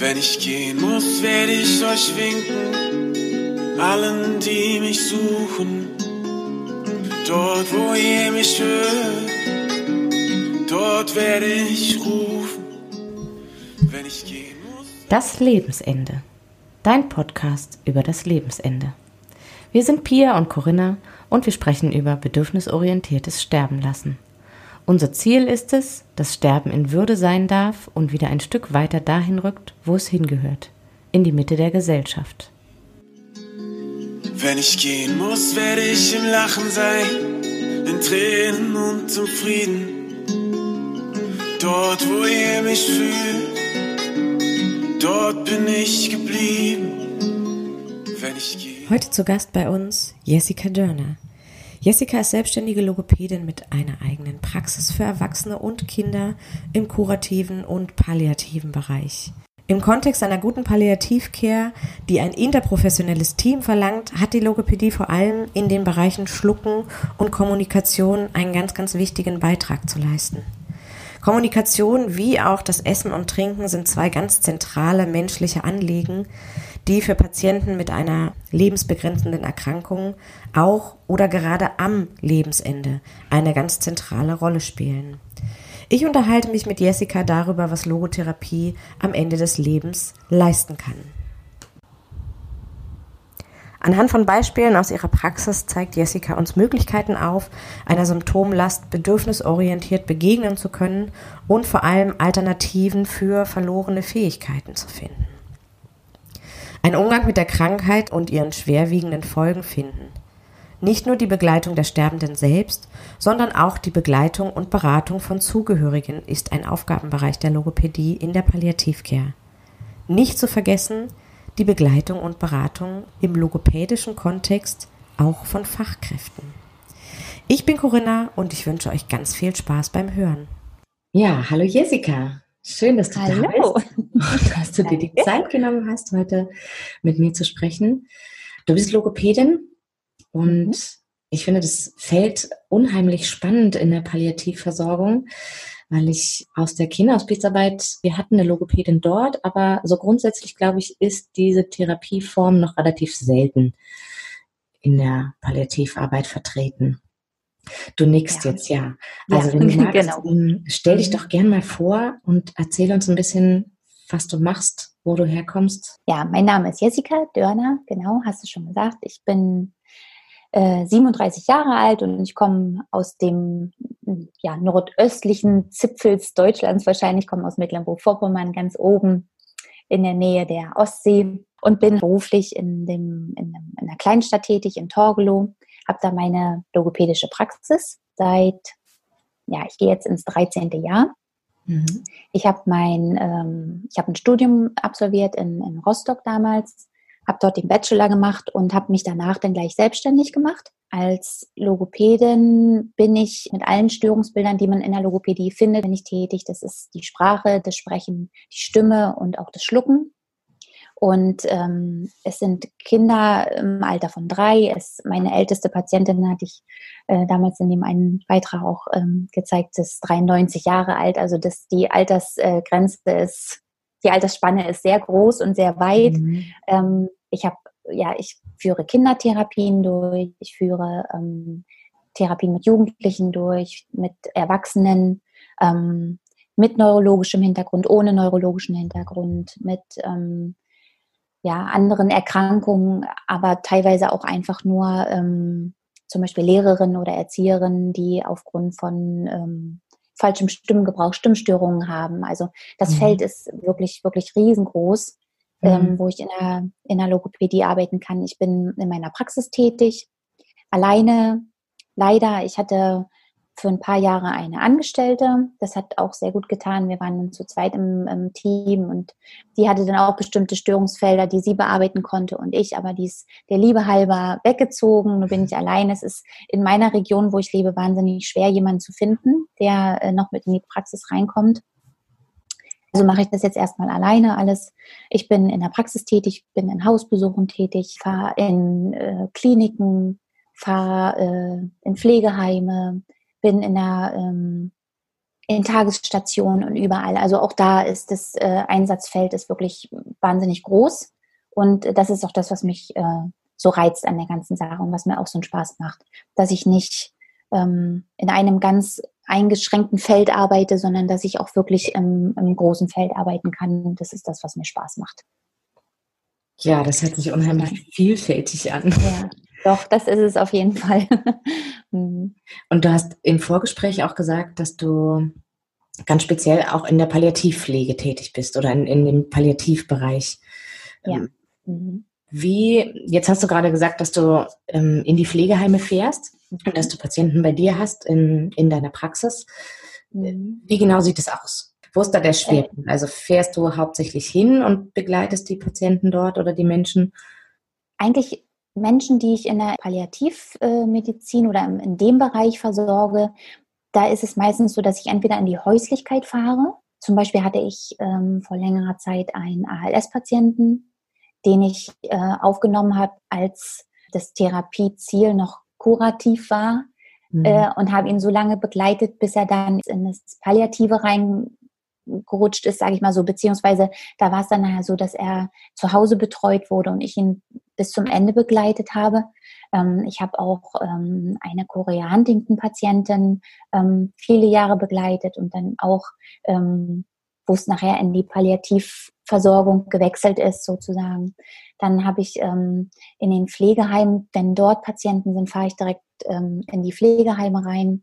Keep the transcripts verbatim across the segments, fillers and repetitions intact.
Wenn ich gehen muss, werde ich euch winken, allen, die mich suchen. Dort, wo ihr mich hört, dort werde ich rufen. Wenn ich gehen muss. Das Lebensende. Dein Podcast über das Lebensende. Wir sind Pia und Corinna und wir sprechen über bedürfnisorientiertes Sterben lassen. Unser Ziel ist es, dass Sterben in Würde sein darf und wieder ein Stück weiter dahin rückt, wo es hingehört, in die Mitte der Gesellschaft. Wenn ich gehen muss, werde ich im Lachen sein, in Tränen und zum Frieden. Dort, wo ihr mich fühlt, dort bin ich geblieben. Wenn ich gehe. Heute zu Gast bei uns Jessica Dörner. Jessica ist selbstständige Logopädin mit einer eigenen Praxis für Erwachsene und Kinder im kurativen und palliativen Bereich. Im Kontext einer guten Palliativcare, die ein interprofessionelles Team verlangt, hat die Logopädie vor allem in den Bereichen Schlucken und Kommunikation einen ganz, ganz wichtigen Beitrag zu leisten. Kommunikation wie auch das Essen und Trinken sind zwei ganz zentrale menschliche Anliegen, die für Patienten mit einer lebensbegrenzenden Erkrankung auch oder gerade am Lebensende eine ganz zentrale Rolle spielen. Ich unterhalte mich mit Jessica darüber, was Logotherapie am Ende des Lebens leisten kann. Anhand von Beispielen aus ihrer Praxis zeigt Jessica uns Möglichkeiten auf, einer Symptomlast bedürfnisorientiert begegnen zu können und vor allem Alternativen für verlorene Fähigkeiten zu finden. Ein Umgang mit der Krankheit und ihren schwerwiegenden Folgen finden. Nicht nur die Begleitung der Sterbenden selbst, sondern auch die Begleitung und Beratung von Zugehörigen ist ein Aufgabenbereich der Logopädie in der Palliativcare. Nicht zu vergessen, die Begleitung und Beratung im logopädischen Kontext auch von Fachkräften. Ich bin Corinna und ich wünsche euch ganz viel Spaß beim Hören. Ja, hallo Jessica. Schön, dass du Hallo. da bist, dass du dir die Zeit genommen hast, heute mit mir zu sprechen. Du bist Logopädin und mhm. ich finde das Feld unheimlich spannend in der Palliativversorgung, weil ich aus der Kinderhospizarbeit, wir hatten eine Logopädin dort, aber so grundsätzlich, glaube ich, ist diese Therapieform noch relativ selten in der Palliativarbeit vertreten. Du nickst ja. jetzt, ja. Also ja, wenn du magst, genau. stell dich doch gern mal vor und erzähl uns ein bisschen, was du machst, wo du herkommst. Ja, mein Name ist Jessica Dörner, genau, hast du schon gesagt. Ich bin äh, siebenunddreißig Jahre alt und ich komme aus dem ja, nordöstlichen Zipfels Deutschlands wahrscheinlich, komme aus Mecklenburg-Vorpommern, ganz oben in der Nähe der Ostsee und bin beruflich in, dem, in, einem, in einer Kleinstadt tätig, in Torgelow. Habe da meine logopädische Praxis seit, ja, ich gehe jetzt ins dreizehnte Jahr. Mhm. Ich habe mein, ähm, ich habe ein Studium absolviert in, in Rostock damals, habe dort den Bachelor gemacht und habe mich danach dann gleich selbstständig gemacht. Als Logopädin bin ich mit allen Störungsbildern, die man in der Logopädie findet, bin ich tätig. Das ist die Sprache, das Sprechen, die Stimme und auch das Schlucken. Und ähm, es sind Kinder im Alter von drei. Es, meine älteste Patientin hatte ich äh, damals in dem einen Beitrag auch ähm, gezeigt, ist dreiundneunzig Jahre alt. Also das, die Altersgrenze äh, ist, die Altersspanne ist sehr groß und sehr weit. Mhm. Ähm, ich habe, ja, ich führe Kindertherapien durch, ich führe ähm, Therapien mit Jugendlichen durch, mit Erwachsenen, ähm, mit neurologischem Hintergrund, ohne neurologischen Hintergrund, mit ähm, ja, anderen Erkrankungen, aber teilweise auch einfach nur ähm, zum Beispiel Lehrerinnen oder Erzieherinnen, die aufgrund von ähm, falschem Stimmgebrauch Stimmstörungen haben. Also das mhm. Feld ist wirklich, wirklich riesengroß, mhm. ähm, wo ich in der, in der Logopädie arbeiten kann. Ich bin in meiner Praxis tätig, alleine. Leider, ich hatte für ein paar Jahre eine Angestellte. Das hat auch sehr gut getan. Wir waren zu zweit im, im Team und die hatte dann auch bestimmte Störungsfelder, die sie bearbeiten konnte und ich, aber die ist der Liebe halber weggezogen. Nun bin ich allein. Es ist in meiner Region, wo ich lebe, wahnsinnig schwer, jemanden zu finden, der äh, noch mit in die Praxis reinkommt. Also mache ich das jetzt erstmal alleine alles. Ich bin in der Praxis tätig, bin in Hausbesuchen tätig, fahre in äh, Kliniken, fahre äh, in Pflegeheime, bin in der, ähm, in Tagesstationen und überall. Also auch da ist das äh, Einsatzfeld ist wirklich wahnsinnig groß. Und das ist auch das, was mich äh, so reizt an der ganzen Sache und was mir auch so einen Spaß macht, dass ich nicht ähm, in einem ganz eingeschränkten Feld arbeite, sondern dass ich auch wirklich im, im großen Feld arbeiten kann. Das ist das, was mir Spaß macht. Ja, das hört sich unheimlich vielfältig an. Ja, doch, das ist es auf jeden Fall. Mhm. Und du hast im Vorgespräch auch gesagt, dass du ganz speziell auch in der Palliativpflege tätig bist oder in, in dem Palliativbereich. Ja. Mhm. Wie, jetzt hast du gerade gesagt, dass du ähm, in die Pflegeheime fährst und dass du Patienten bei dir hast in, in deiner Praxis. Mhm. Wie genau sieht es aus? Wo ist da der Schwerpunkt? Also fährst du hauptsächlich hin und begleitest die Patienten dort oder die Menschen? Eigentlich Menschen, die ich in der Palliativmedizin oder in dem Bereich versorge, da ist es meistens so, dass ich entweder in die Häuslichkeit fahre. Zum Beispiel hatte ich ähm, vor längerer Zeit einen A L S-Patienten, den ich äh, aufgenommen habe, als das Therapieziel noch kurativ war, mhm. äh, und habe ihn so lange begleitet, bis er dann in das Palliative reingerutscht ist, sage ich mal so, beziehungsweise da war es dann nachher so, dass er zu Hause betreut wurde und ich ihn bis zum Ende begleitet habe. Ähm, ich habe auch ähm, eine Chorea-Huntington-Patientin ähm, viele Jahre begleitet und dann auch, ähm, wo es nachher in die Palliativversorgung gewechselt ist sozusagen. Dann habe ich ähm, in den Pflegeheimen, wenn dort Patienten sind, fahre ich direkt ähm, in die Pflegeheime rein.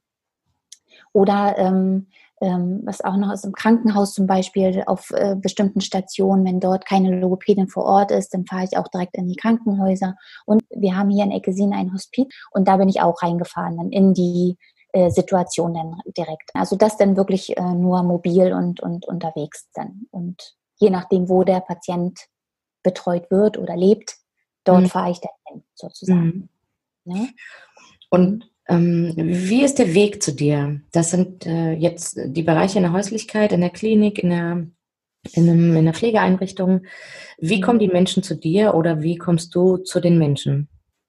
Oder ähm, ähm, was auch noch ist, im Krankenhaus zum Beispiel auf äh, bestimmten Stationen, wenn dort keine Logopädin vor Ort ist, dann fahre ich auch direkt in die Krankenhäuser. Und wir haben hier in Eckesien ein Hospiz und da bin ich auch reingefahren, dann in die äh, Situation dann direkt. Also das dann wirklich äh, nur mobil und, und unterwegs dann. Und je nachdem, wo der Patient betreut wird oder lebt, dort mhm. fahre ich dann hin, sozusagen. Mhm. Ja? Und Ähm, wie ist der Weg zu dir? Das sind äh, jetzt die Bereiche in der Häuslichkeit, in der Klinik, in der, in einem, in der Pflegeeinrichtung. Wie kommen die Menschen zu dir oder wie kommst du zu den Menschen?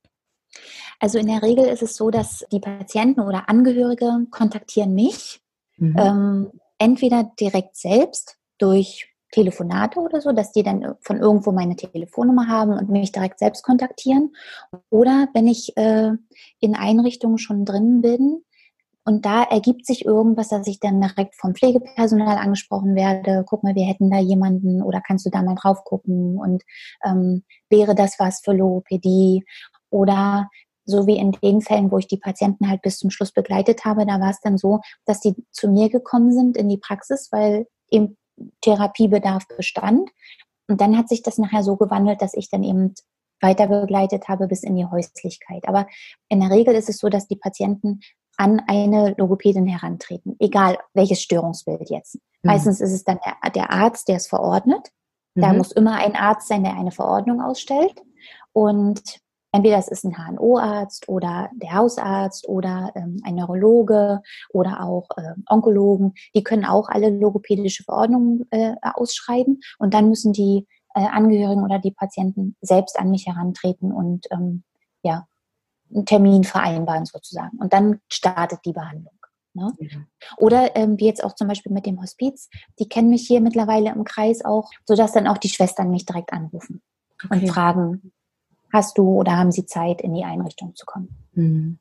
Also in der Regel ist es so, dass die Patienten oder Angehörige kontaktieren mich, mhm. ähm, entweder direkt selbst durch Telefonate oder so, dass die dann von irgendwo meine Telefonnummer haben und mich direkt selbst kontaktieren. Oder wenn ich äh, in Einrichtungen schon drin bin und da ergibt sich irgendwas, dass ich dann direkt vom Pflegepersonal angesprochen werde, guck mal, wir hätten da jemanden oder kannst du da mal drauf gucken und ähm, wäre das was für Logopädie? Oder so wie in den Fällen, wo ich die Patienten halt bis zum Schluss begleitet habe, da war es dann so, dass die zu mir gekommen sind in die Praxis, weil eben Therapiebedarf bestand. Und dann hat sich das nachher so gewandelt, dass ich dann eben weiter begleitet habe bis in die Häuslichkeit. Aber in der Regel ist es so, dass die Patienten an eine Logopädin herantreten, egal welches Störungsbild jetzt. Mhm. Meistens ist es dann der, der Arzt, der es verordnet. Mhm. Da muss immer ein Arzt sein, der eine Verordnung ausstellt. Und entweder es ist ein H N O-Arzt oder der Hausarzt oder ähm, ein Neurologe oder auch äh, Onkologen. Die können auch alle logopädische Verordnungen äh, ausschreiben. Und dann müssen die äh, Angehörigen oder die Patienten selbst an mich herantreten und ähm, ja, einen Termin vereinbaren sozusagen. Und dann startet die Behandlung. Ne? Mhm. Oder ähm, wie jetzt auch zum Beispiel mit dem Hospiz. Die kennen mich hier mittlerweile im Kreis auch, sodass dann auch die Schwestern mich direkt anrufen okay. und fragen, hast du oder haben sie Zeit, in die Einrichtung zu kommen?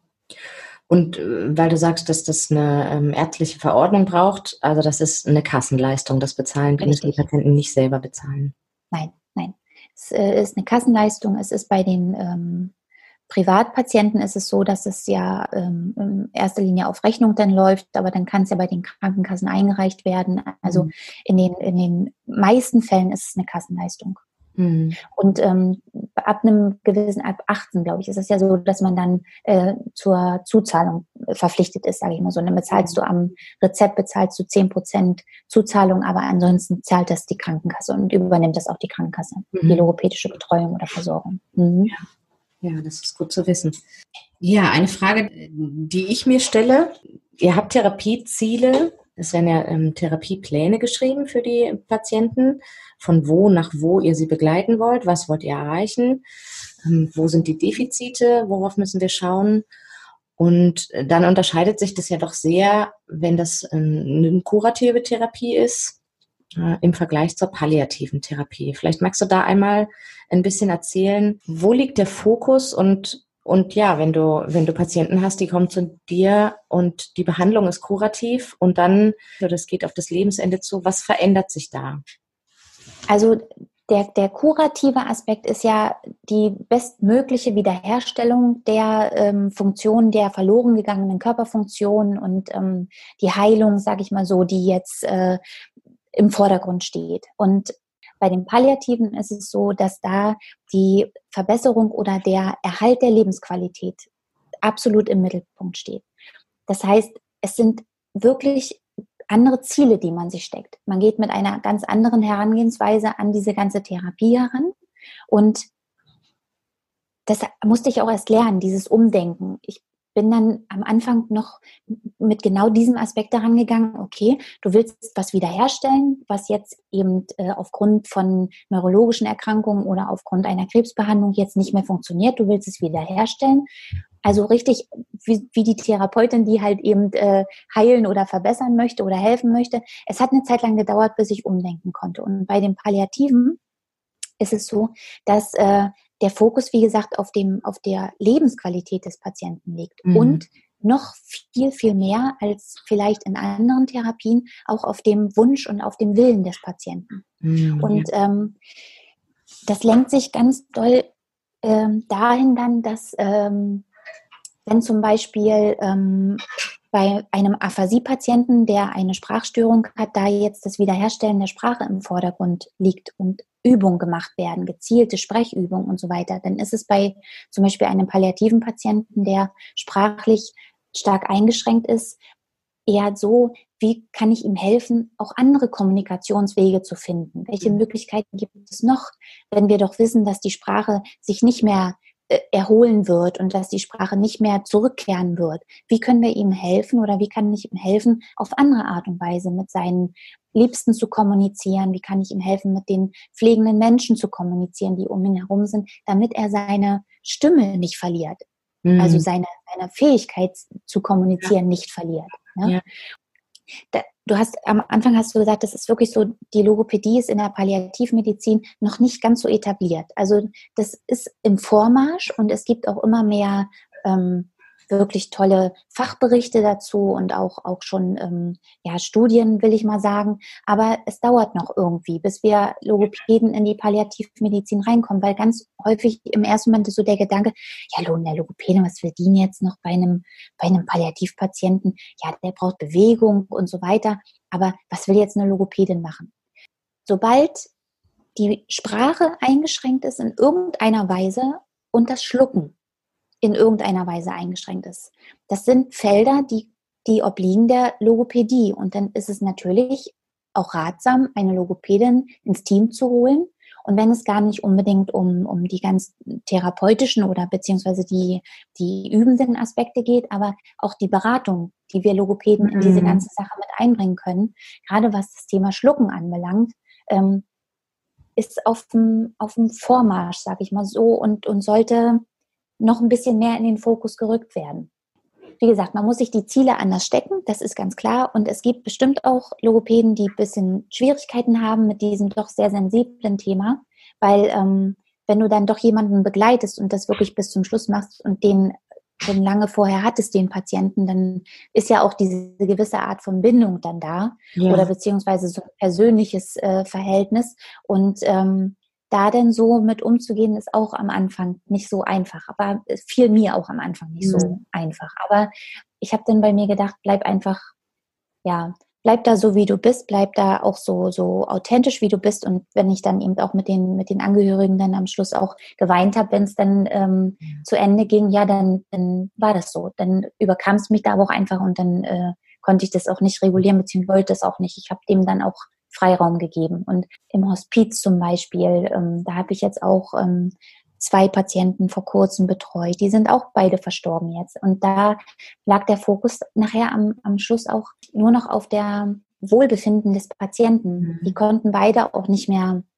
Und weil du sagst, dass das eine ähm, ärztliche Verordnung braucht, also das ist eine Kassenleistung, das bezahlen, die müssen die Patienten nicht selber bezahlen. Nein, nein. Es äh, ist eine Kassenleistung. Es ist bei den ähm, Privatpatienten ist es so, dass es ja ähm, in erster Linie auf Rechnung dann läuft, aber dann kann es ja bei den Krankenkassen eingereicht werden. Also mhm. in den, in den meisten Fällen ist es eine Kassenleistung. Mhm. Und ähm, ab einem gewissen, ab achtzehn, glaube ich, ist es ja so, dass man dann äh, zur Zuzahlung verpflichtet ist, sage ich mal so. Und dann bezahlst du am Rezept, bezahlst du zehn Prozent Zuzahlung, aber ansonsten zahlt das die Krankenkasse und übernimmt das auch die Krankenkasse, mhm. die logopädische Betreuung oder Versorgung. Mhm. Ja. Ja, das ist gut zu wissen. Ja, eine Frage, die ich mir stelle. Ihr habt Therapieziele, es werden ja ähm, Therapiepläne geschrieben für die Patienten, von wo nach wo ihr sie begleiten wollt, was wollt ihr erreichen, ähm, wo sind die Defizite, worauf müssen wir schauen. Und dann unterscheidet sich das ja doch sehr, wenn das eine kurative Therapie ist, äh, im Vergleich zur palliativen Therapie. Vielleicht magst du da einmal ein bisschen erzählen, wo liegt der Fokus und und ja, wenn du wenn du Patienten hast, die kommen zu dir und die Behandlung ist kurativ und dann, das geht auf das Lebensende zu, was verändert sich da? Also der, der kurative Aspekt ist ja die bestmögliche Wiederherstellung der ähm, Funktionen, der verloren gegangenen Körperfunktionen und ähm, die Heilung, sage ich mal so, die jetzt äh, im Vordergrund steht. Und bei dem Palliativen ist es so, dass da die Verbesserung oder der Erhalt der Lebensqualität absolut im Mittelpunkt steht. Das heißt, es sind wirklich andere Ziele, die man sich steckt. Man geht mit einer ganz anderen Herangehensweise an diese ganze Therapie heran. Und das musste ich auch erst lernen, dieses Umdenken. Ich bin dann am Anfang noch mit genau diesem Aspekt daran gegangen, okay, du willst was wiederherstellen, was jetzt eben äh, aufgrund von neurologischen Erkrankungen oder aufgrund einer Krebsbehandlung jetzt nicht mehr funktioniert, du willst es wiederherstellen. Also richtig wie, wie die Therapeutin, die halt eben äh, heilen oder verbessern möchte oder helfen möchte. Es hat eine Zeit lang gedauert, bis ich umdenken konnte. Und bei den Palliativen ist es so, dass äh, der Fokus, wie gesagt, auf dem auf der Lebensqualität des Patienten liegt. Mhm. Und noch viel, viel mehr als vielleicht in anderen Therapien auch auf dem Wunsch und auf dem Willen des Patienten. Mhm. Und ähm, das lenkt sich ganz doll ähm, dahin dann, dass ähm, wenn zum Beispiel ähm, bei einem Aphasie-Patienten, der eine Sprachstörung hat, da jetzt das Wiederherstellen der Sprache im Vordergrund liegt und Übungen gemacht werden, gezielte Sprechübungen und so weiter, dann ist es bei zum Beispiel einem palliativen Patienten, der sprachlich stark eingeschränkt ist, eher so, wie kann ich ihm helfen, auch andere Kommunikationswege zu finden? Welche Möglichkeiten gibt es noch, wenn wir doch wissen, dass die Sprache sich nicht mehr erholen wird und dass die Sprache nicht mehr zurückkehren wird. Wie können wir ihm helfen oder wie kann ich ihm helfen, auf andere Art und Weise mit seinen Liebsten zu kommunizieren? Wie kann ich ihm helfen, mit den pflegenden Menschen zu kommunizieren, die um ihn herum sind, damit er seine Stimme nicht verliert? Mhm. Also seine, seine Fähigkeit zu kommunizieren ja. nicht verliert. Ne? Ja. Da, du hast am Anfang hast du gesagt, das ist wirklich so, die Logopädie ist in der Palliativmedizin noch nicht ganz so etabliert. Also das ist im Vormarsch und es gibt auch immer mehr ähm, wirklich tolle Fachberichte dazu und auch, auch schon ähm, ja, Studien, will ich mal sagen. Aber es dauert noch irgendwie, bis wir Logopäden in die Palliativmedizin reinkommen, weil ganz häufig im ersten Moment ist so der Gedanke, ja, Lohn der Logopäde, was verdienen jetzt noch bei einem, bei einem Palliativpatienten? Ja, der braucht Bewegung und so weiter. Aber was will jetzt eine Logopädin machen? Sobald die Sprache eingeschränkt ist in irgendeiner Weise und das Schlucken in irgendeiner Weise eingeschränkt ist. Das sind Felder, die, die obliegen der Logopädie. Und dann ist es natürlich auch ratsam, eine Logopädin ins Team zu holen. Und wenn es gar nicht unbedingt um, um die ganz therapeutischen oder beziehungsweise die, die übenden Aspekte geht, aber auch die Beratung, die wir Logopäden in diese ganze Sache mit einbringen können, gerade was das Thema Schlucken anbelangt, ähm, ist auf dem, auf dem Vormarsch, sage ich mal so, und, und sollte noch ein bisschen mehr in den Fokus gerückt werden. Wie gesagt, man muss sich die Ziele anders stecken, das ist ganz klar. Und es gibt bestimmt auch Logopäden, die ein bisschen Schwierigkeiten haben mit diesem doch sehr sensiblen Thema, weil ähm, wenn du dann doch jemanden begleitest und das wirklich bis zum Schluss machst und den schon lange vorher hattest, den Patienten, dann ist ja auch diese gewisse Art von Bindung dann da ja. oder beziehungsweise so ein persönliches äh, Verhältnis und ähm, da denn so mit umzugehen, ist auch am Anfang nicht so einfach. Aber es fiel mir auch am Anfang nicht mhm. so einfach. Aber ich habe dann bei mir gedacht, bleib einfach, ja, bleib da so, wie du bist, bleib da auch so, so authentisch, wie du bist. Und wenn ich dann eben auch mit den, mit den Angehörigen dann am Schluss auch geweint habe, wenn es dann ähm, mhm. zu Ende ging, ja, dann, dann war das so. Dann überkam es mich da aber auch einfach und dann äh, konnte ich das auch nicht regulieren, beziehungsweise wollte das auch nicht. Ich habe dem dann auch Freiraum gegeben. Und im Hospiz zum Beispiel, ähm, da habe ich jetzt auch ähm, zwei Patienten vor kurzem betreut. Die sind auch beide verstorben jetzt. Und da lag der Fokus nachher am, am Schluss auch nur noch auf der Wohlbefinden des Patienten. Mhm. Die konnten beide auch nicht mehr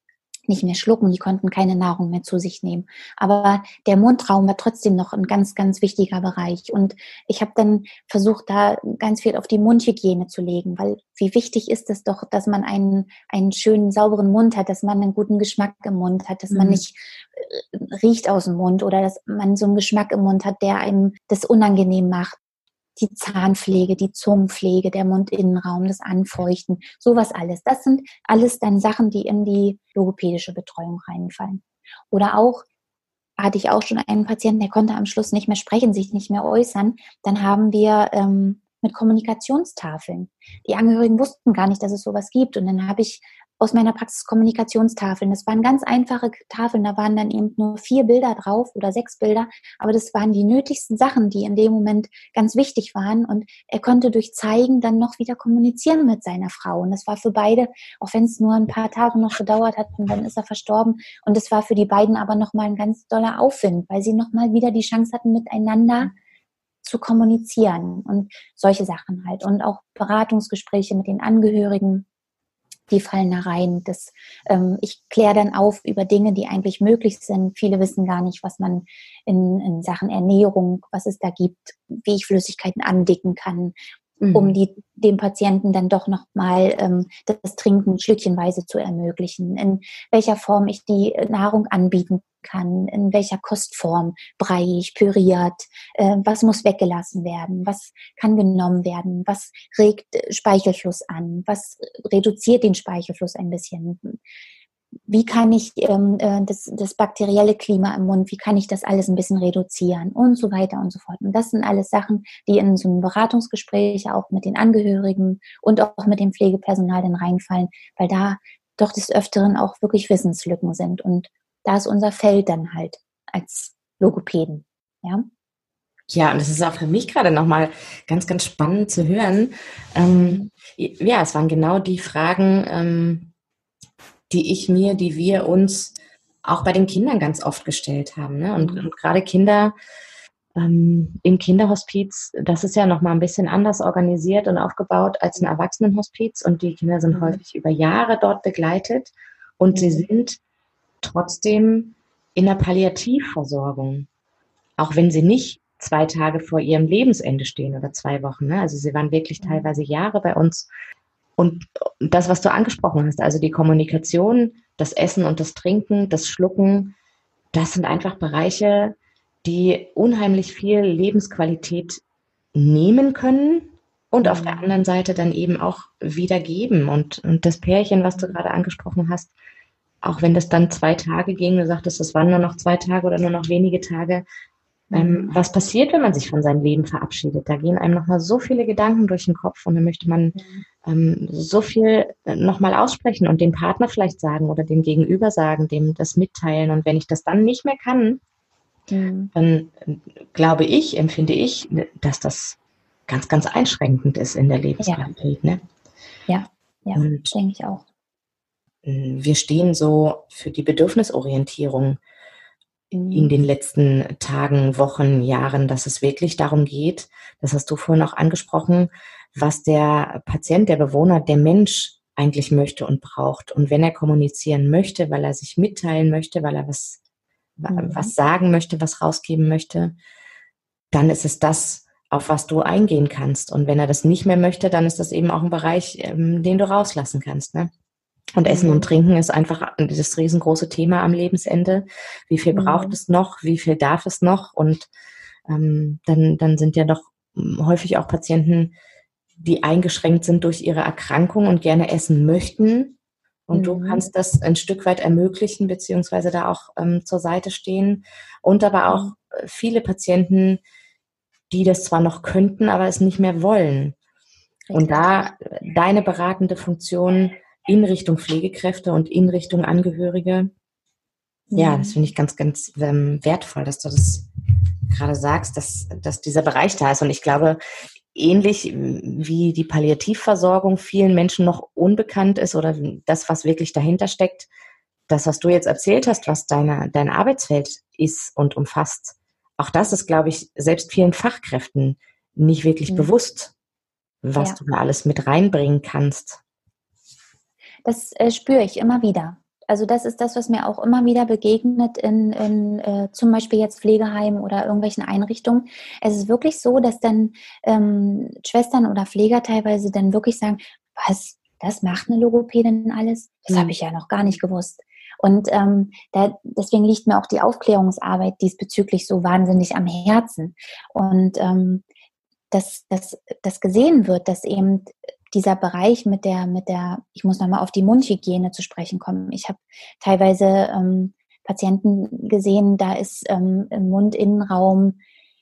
nicht mehr schlucken, die konnten keine Nahrung mehr zu sich nehmen. Aber der Mundraum war trotzdem noch ein ganz, ganz wichtiger Bereich. Und ich habe dann versucht, da ganz viel auf die Mundhygiene zu legen, weil wie wichtig ist es doch, dass man einen, einen schönen, sauberen Mund hat, dass man einen guten Geschmack im Mund hat, dass mhm. man nicht äh, riecht aus dem Mund oder dass man so einen Geschmack im Mund hat, der einem das unangenehm macht. Die Zahnpflege, die Zungenpflege, der Mundinnenraum, das Anfeuchten, sowas alles. Das sind alles dann Sachen, die in die logopädische Betreuung reinfallen. Oder auch, hatte ich auch schon einen Patienten, der konnte am Schluss nicht mehr sprechen, sich nicht mehr äußern. Dann haben wir ähm, mit Kommunikationstafeln. Die Angehörigen wussten gar nicht, dass es sowas gibt. Und dann habe ich aus meiner Praxis Kommunikationstafeln. Das waren ganz einfache Tafeln, da waren dann eben nur vier Bilder drauf oder sechs Bilder, aber das waren die nötigsten Sachen, die in dem Moment ganz wichtig waren und er konnte durch Zeigen dann noch wieder kommunizieren mit seiner Frau und das war für beide, auch wenn es nur ein paar Tage noch gedauert hat und dann ist er verstorben und das war für die beiden aber nochmal ein ganz toller Aufwind, weil sie nochmal wieder die Chance hatten, miteinander zu kommunizieren und solche Sachen halt und auch Beratungsgespräche mit den Angehörigen. Die fallen da rein. Das, ähm, ich kläre dann auf über Dinge, die eigentlich möglich sind. Viele wissen gar nicht, was man in, in Sachen Ernährung, was es da gibt, wie ich Flüssigkeiten andicken kann, mhm. um die, dem Patienten dann doch nochmal ähm, das Trinken schlückchenweise zu ermöglichen. In welcher Form ich die Nahrung anbieten kann, in welcher Kostform, breiig, püriert, äh, was muss weggelassen werden, was kann genommen werden, was regt Speichelfluss an, was reduziert den Speichelfluss ein bisschen, wie kann ich ähm, das, das bakterielle Klima im Mund, wie kann ich das alles ein bisschen reduzieren und so weiter und so fort. Und das sind alles Sachen, die in so einem Beratungsgespräch auch mit den Angehörigen und auch mit dem Pflegepersonal dann reinfallen, weil da doch des Öfteren auch wirklich Wissenslücken sind und da ist unser Feld dann halt als Logopäden, ja. Ja, und das ist auch für mich gerade nochmal ganz, ganz spannend zu hören. Ähm, ja, es waren genau die Fragen, ähm, die ich mir, die wir uns auch bei den Kindern ganz oft gestellt haben. Ne? Und, und gerade Kinder ähm, im Kinderhospiz, das ist ja nochmal ein bisschen anders organisiert und aufgebaut als ein Erwachsenenhospiz. Und die Kinder sind mhm. häufig über Jahre dort begleitet und mhm. sie sind trotzdem in der Palliativversorgung, auch wenn sie nicht zwei Tage vor ihrem Lebensende stehen oder zwei Wochen. Ne? Also sie waren wirklich teilweise Jahre bei uns. Und das, was du angesprochen hast, also die Kommunikation, das Essen und das Trinken, das Schlucken, das sind einfach Bereiche, die unheimlich viel Lebensqualität nehmen können und auf der anderen Seite dann eben auch wieder geben. Und, und das Pärchen, was du gerade angesprochen hast, auch wenn das dann zwei Tage ging, du sagtest, das waren nur noch zwei Tage oder nur noch wenige Tage, ähm, was passiert, wenn man sich von seinem Leben verabschiedet? Da gehen einem nochmal so viele Gedanken durch den Kopf und dann möchte man ähm, so viel nochmal aussprechen und dem Partner vielleicht sagen oder dem Gegenüber sagen, dem das mitteilen. Und wenn ich das dann nicht mehr kann, mhm. dann äh, glaube ich, empfinde ich, dass das ganz, ganz einschränkend ist in der Lebensqualität. Ja, ne? ja, ja denke ich auch. Wir stehen so für die Bedürfnisorientierung in den letzten Tagen, Wochen, Jahren, dass es wirklich darum geht, das hast du vorhin auch angesprochen, was der Patient, der Bewohner, der Mensch eigentlich möchte und braucht. Und wenn er kommunizieren möchte, weil er sich mitteilen möchte, weil er was, mhm. was sagen möchte, was rausgeben möchte, dann ist es das, auf was du eingehen kannst. Und wenn er das nicht mehr möchte, dann ist das eben auch ein Bereich, ähm, den du rauslassen kannst, ne? Und Essen und Trinken ist einfach das riesengroße Thema am Lebensende. Wie viel braucht mhm. es noch? Wie viel darf es noch? Und ähm, dann, dann sind ja doch häufig auch Patienten, die eingeschränkt sind durch ihre Erkrankung und gerne essen möchten. Und mhm. du kannst das ein Stück weit ermöglichen, beziehungsweise da auch ähm, zur Seite stehen. Und aber auch viele Patienten, die das zwar noch könnten, aber es nicht mehr wollen. Richtig. Und da deine beratende Funktion in Richtung Pflegekräfte und in Richtung Angehörige. Ja, mhm. das finde ich ganz, ganz ähm, wertvoll, dass du das gerade sagst, dass, dass dieser Bereich da ist. Und ich glaube, ähnlich wie die Palliativversorgung vielen Menschen noch unbekannt ist oder das, was wirklich dahinter steckt, das, was du jetzt erzählt hast, was deine, dein Arbeitsfeld ist und umfasst, auch das ist, glaube ich, selbst vielen Fachkräften nicht wirklich mhm. bewusst, was ja. du da alles mit reinbringen kannst. Das äh, spüre ich immer wieder. Also das ist das, was mir auch immer wieder begegnet in, in äh, zum Beispiel jetzt Pflegeheimen oder irgendwelchen Einrichtungen. Es ist wirklich so, dass dann ähm, Schwestern oder Pfleger teilweise dann wirklich sagen, was, das macht eine Logopädin alles? Das Mhm. habe ich ja noch gar nicht gewusst. Und ähm, da, deswegen liegt mir auch die Aufklärungsarbeit diesbezüglich so wahnsinnig am Herzen. Und ähm, dass, dass, dass gesehen wird, dass eben dieser Bereich mit der, mit der, ich muss nochmal auf die Mundhygiene zu sprechen kommen. Ich habe teilweise ähm, Patienten gesehen, da ist ähm, im Mundinnenraum,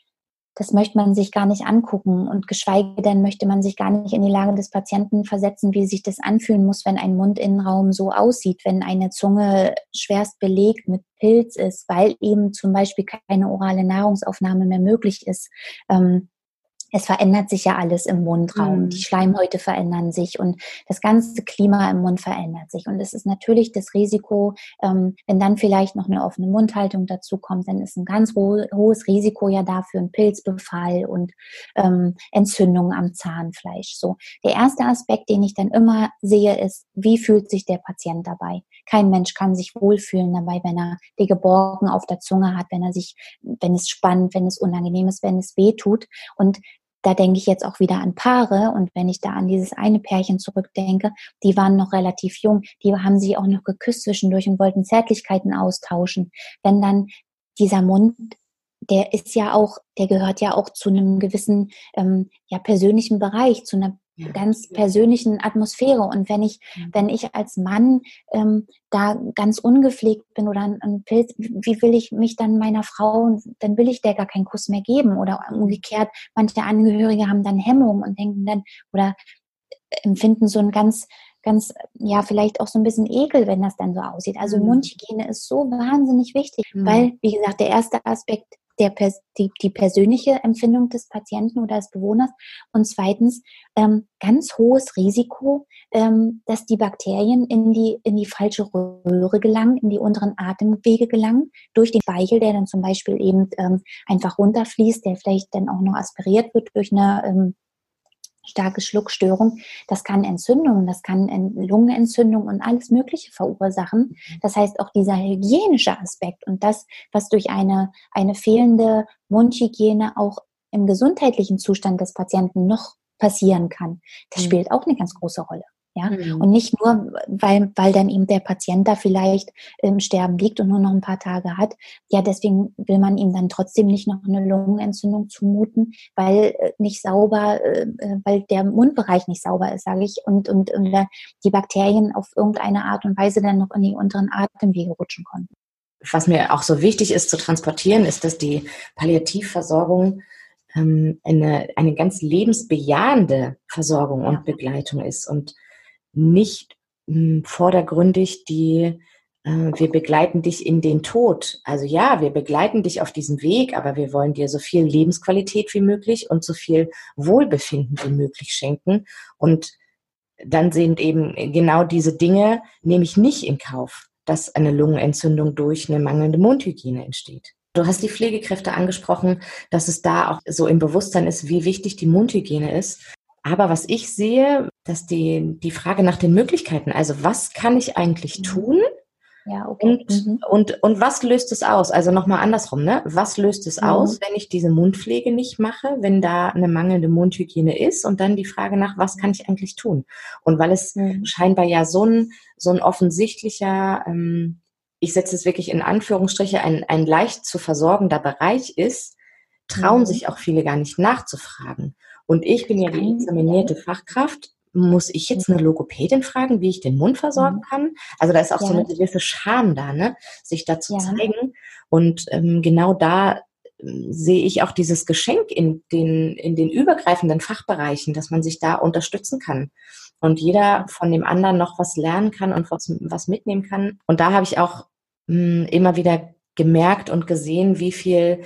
das möchte man sich gar nicht angucken und geschweige denn möchte man sich gar nicht in die Lage des Patienten versetzen, wie sich das anfühlen muss, wenn ein Mundinnenraum so aussieht, wenn eine Zunge schwerst belegt mit Pilz ist, weil eben zum Beispiel keine orale Nahrungsaufnahme mehr möglich ist. Ähm, Es verändert sich ja alles im Mundraum. Mhm. Die Schleimhäute verändern sich und das ganze Klima im Mund verändert sich. Und es ist natürlich das Risiko, ähm, wenn dann vielleicht noch eine offene Mundhaltung dazu kommt, dann ist ein ganz ho- hohes Risiko ja dafür ein Pilzbefall und ähm, Entzündungen am Zahnfleisch. So, der erste Aspekt, den ich dann immer sehe, ist, wie fühlt sich der Patient dabei? Kein Mensch kann sich wohlfühlen dabei, wenn er die Geborgen auf der Zunge hat, wenn er sich, wenn es spannt, wenn es unangenehm ist, wenn es weh tut. Und da denke ich jetzt auch wieder an Paare und wenn ich da an dieses eine Pärchen zurückdenke, die waren noch relativ jung, die haben sich auch noch geküsst zwischendurch und wollten Zärtlichkeiten austauschen. Wenn dann dieser Mund, der ist ja auch, der gehört ja auch zu einem gewissen ähm, ja persönlichen Bereich, zu einer Ja. ganz persönlichen Atmosphäre. Und wenn ich, Mhm. wenn ich als Mann ähm, da ganz ungepflegt bin oder ein, ein Pilz, wie will ich mich dann meiner Frau, dann will ich der gar keinen Kuss mehr geben. Oder umgekehrt, manche Angehörige haben dann Hemmungen und denken dann oder empfinden so ein ganz, ganz, ja, vielleicht auch so ein bisschen Ekel, wenn das dann so aussieht. Also Mhm. Mundhygiene ist so wahnsinnig wichtig, Mhm. weil, wie gesagt, der erste Aspekt, der Pers- die, die persönliche Empfindung des Patienten oder des Bewohners und zweitens ähm, ganz hohes Risiko, ähm, dass die Bakterien in die, in die falsche Röhre gelangen, in die unteren Atemwege gelangen, durch den Speichel, der dann zum Beispiel eben ähm, einfach runterfließt, der vielleicht dann auch noch aspiriert wird durch eine ähm, starke Schluckstörung. Das kann Entzündungen, das kann Lungenentzündung und alles Mögliche verursachen. Das heißt, auch dieser hygienische Aspekt und das, was durch eine, eine fehlende Mundhygiene auch im gesundheitlichen Zustand des Patienten noch passieren kann, das Mhm. spielt auch eine ganz große Rolle. Ja, Mhm. und nicht nur, weil, weil dann eben der Patient da vielleicht im Sterben liegt und nur noch ein paar Tage hat. Ja, deswegen will man ihm dann trotzdem nicht noch eine Lungenentzündung zumuten, weil äh, nicht sauber, äh, weil der Mundbereich nicht sauber ist, sage ich, und, und, und äh, die Bakterien auf irgendeine Art und Weise dann noch in die unteren Atemwege rutschen konnten. Was mir auch so wichtig ist zu transportieren, ist, dass die Palliativversorgung ähm, eine, eine ganz lebensbejahende Versorgung Ja. und Begleitung ist und nicht mh, vordergründig die, äh, wir begleiten dich in den Tod. Also ja, wir begleiten dich auf diesem Weg, aber wir wollen dir so viel Lebensqualität wie möglich und so viel Wohlbefinden wie möglich schenken. Und dann sind eben genau diese Dinge, nehme ich nicht in Kauf, dass eine Lungenentzündung durch eine mangelnde Mundhygiene entsteht. Du hast die Pflegekräfte angesprochen, dass es da auch so im Bewusstsein ist, wie wichtig die Mundhygiene ist. Aber was ich sehe, dass die, die Frage nach den Möglichkeiten, also was kann ich eigentlich tun? Ja, okay. Und, Mhm. und, und was löst es aus? Also nochmal andersrum, ne? Was löst es Mhm. aus, wenn ich diese Mundpflege nicht mache, wenn da eine mangelnde Mundhygiene ist? Und dann die Frage nach, was kann ich eigentlich tun? Und weil es Mhm. scheinbar ja so ein, so ein offensichtlicher, ähm, ich setze es wirklich in Anführungsstriche, ein, ein leicht zu versorgender Bereich ist, trauen Mhm. sich auch viele gar nicht nachzufragen. Und ich bin ja die Kann- examinierte Fachkraft. Muss ich jetzt eine Logopädin fragen, wie ich den Mund versorgen Mhm. kann? Also da ist auch Ja. so eine gewisse Scham da, ne, sich da zu Ja. zeigen. Und ähm, genau da ähm, sehe ich auch dieses Geschenk in den, in den übergreifenden Fachbereichen, dass man sich da unterstützen kann und jeder von dem anderen noch was lernen kann und was, was mitnehmen kann. Und da habe ich auch mh, immer wieder gemerkt und gesehen, wie viel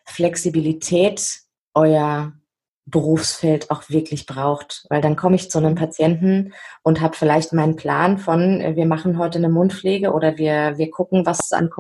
Flexibilität euer Berufsfeld auch wirklich braucht. Weil dann komme ich zu einem Patienten und habe vielleicht meinen Plan von, wir machen heute eine Mundpflege oder wir, wir gucken, was an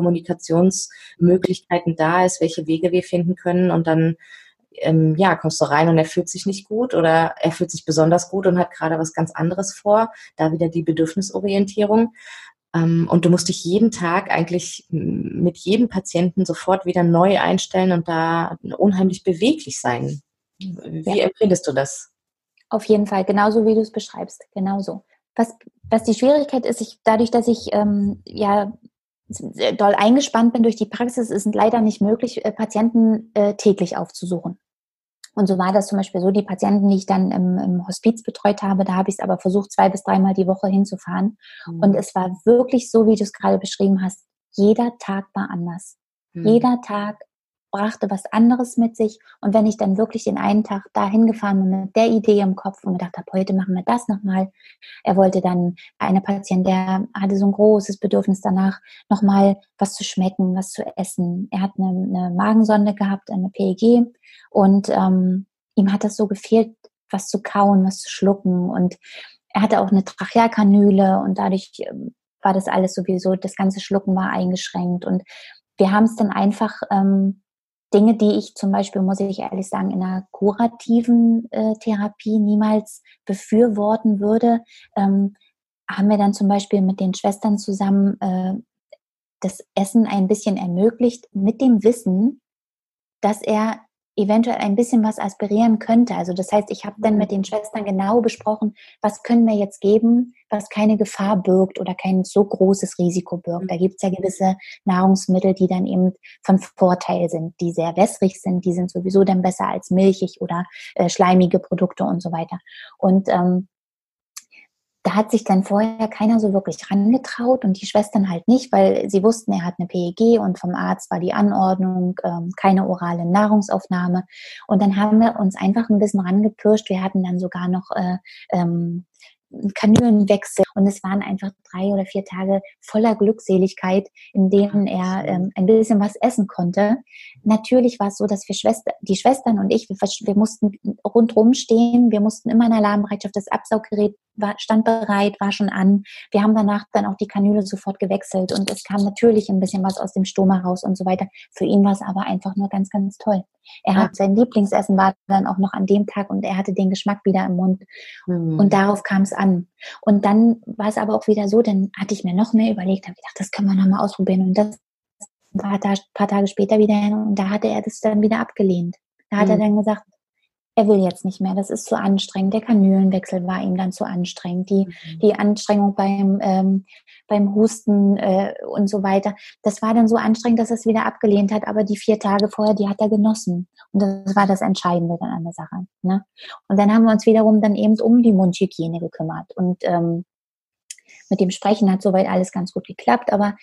Kommunikationsmöglichkeiten da ist, welche Wege wir finden können und dann ähm, ja, kommst du rein und er fühlt sich nicht gut oder er fühlt sich besonders gut und hat gerade was ganz anderes vor. Da wieder die Bedürfnisorientierung. Ähm, und du musst dich jeden Tag eigentlich mit jedem Patienten sofort wieder neu einstellen und da unheimlich beweglich sein. Wie Ja. empfindest du das? Auf jeden Fall, genauso wie du es beschreibst, genauso. Was, was die Schwierigkeit ist, ich, dadurch, dass ich ähm, ja doll eingespannt bin durch die Praxis, ist es leider nicht möglich, äh, Patienten äh, täglich aufzusuchen. Und so war das zum Beispiel so, die Patienten, die ich dann im, im Hospiz betreut habe, da habe ich es aber versucht, zwei bis dreimal die Woche hinzufahren. Mhm. Und es war wirklich so, wie du es gerade beschrieben hast, jeder Tag war anders. Mhm. Jeder Tag brachte was anderes mit sich. Und wenn ich dann wirklich den einen Tag da hingefahren bin mit der Idee im Kopf und gedacht habe, heute machen wir das nochmal. Er wollte dann, eine Patient, der hatte so ein großes Bedürfnis danach, nochmal was zu schmecken, was zu essen. Er hat eine, eine Magensonde gehabt, eine P E G, und ähm, ihm hat das so gefehlt, was zu kauen, was zu schlucken. Und er hatte auch eine Trachealkanüle und dadurch ähm, war das alles sowieso, das ganze Schlucken war eingeschränkt. Und wir haben es dann einfach ähm, Dinge, die ich zum Beispiel, muss ich ehrlich sagen, in einer kurativen äh, Therapie niemals befürworten würde, ähm, haben wir dann zum Beispiel mit den Schwestern zusammen äh, das Essen ein bisschen ermöglicht, mit dem Wissen, dass er eventuell ein bisschen was aspirieren könnte. Also das heißt, ich habe dann mit den Schwestern genau besprochen, was können wir jetzt geben, was keine Gefahr birgt oder kein so großes Risiko birgt. Da gibt es ja gewisse Nahrungsmittel, die dann eben von Vorteil sind, die sehr wässrig sind, die sind sowieso dann besser als milchig oder äh, schleimige Produkte und so weiter. Und ähm, da hat sich dann vorher keiner so wirklich rangetraut und die Schwestern halt nicht, weil sie wussten, er hat eine P E G und vom Arzt war die Anordnung, ähm, keine orale Nahrungsaufnahme. Und dann haben wir uns einfach ein bisschen rangepirscht. Wir hatten dann sogar noch äh, ähm, Kanülenwechsel und es waren einfach drei oder vier Tage voller Glückseligkeit, in denen er ähm, ein bisschen was essen konnte. Natürlich war es so, dass wir Schwester, die Schwestern und ich, wir, wir mussten rundherum stehen, wir mussten immer in Alarmbereitschaft, das Absauggerät war, stand bereit, war schon an. Wir haben danach dann auch die Kanüle sofort gewechselt und es kam natürlich ein bisschen was aus dem Stoma raus und so weiter. Für ihn war es aber einfach nur ganz, ganz toll. Er hat sein Lieblingsessen war dann auch noch an dem Tag und er hatte den Geschmack wieder im Mund. Mhm. Und darauf kam es an. Und dann war es aber auch wieder so, dann hatte ich mir noch mehr überlegt, habe gedacht, das können wir nochmal ausprobieren. Und das ein paar, Tage, paar Tage später wieder hin und da hatte er das dann wieder abgelehnt. Da hat mhm. er dann gesagt, er will jetzt nicht mehr, das ist zu anstrengend. Der Kanülenwechsel war ihm dann zu anstrengend. Die, mhm. die Anstrengung beim, ähm, beim Husten äh, und so weiter, das war dann so anstrengend, dass er es wieder abgelehnt hat. Aber die vier Tage vorher, die hat er genossen. Und das war das Entscheidende dann an der Sache. Ne? Und dann haben wir uns wiederum dann eben um die Mundhygiene gekümmert. Und ähm, mit dem Sprechen hat soweit alles ganz gut geklappt. Aber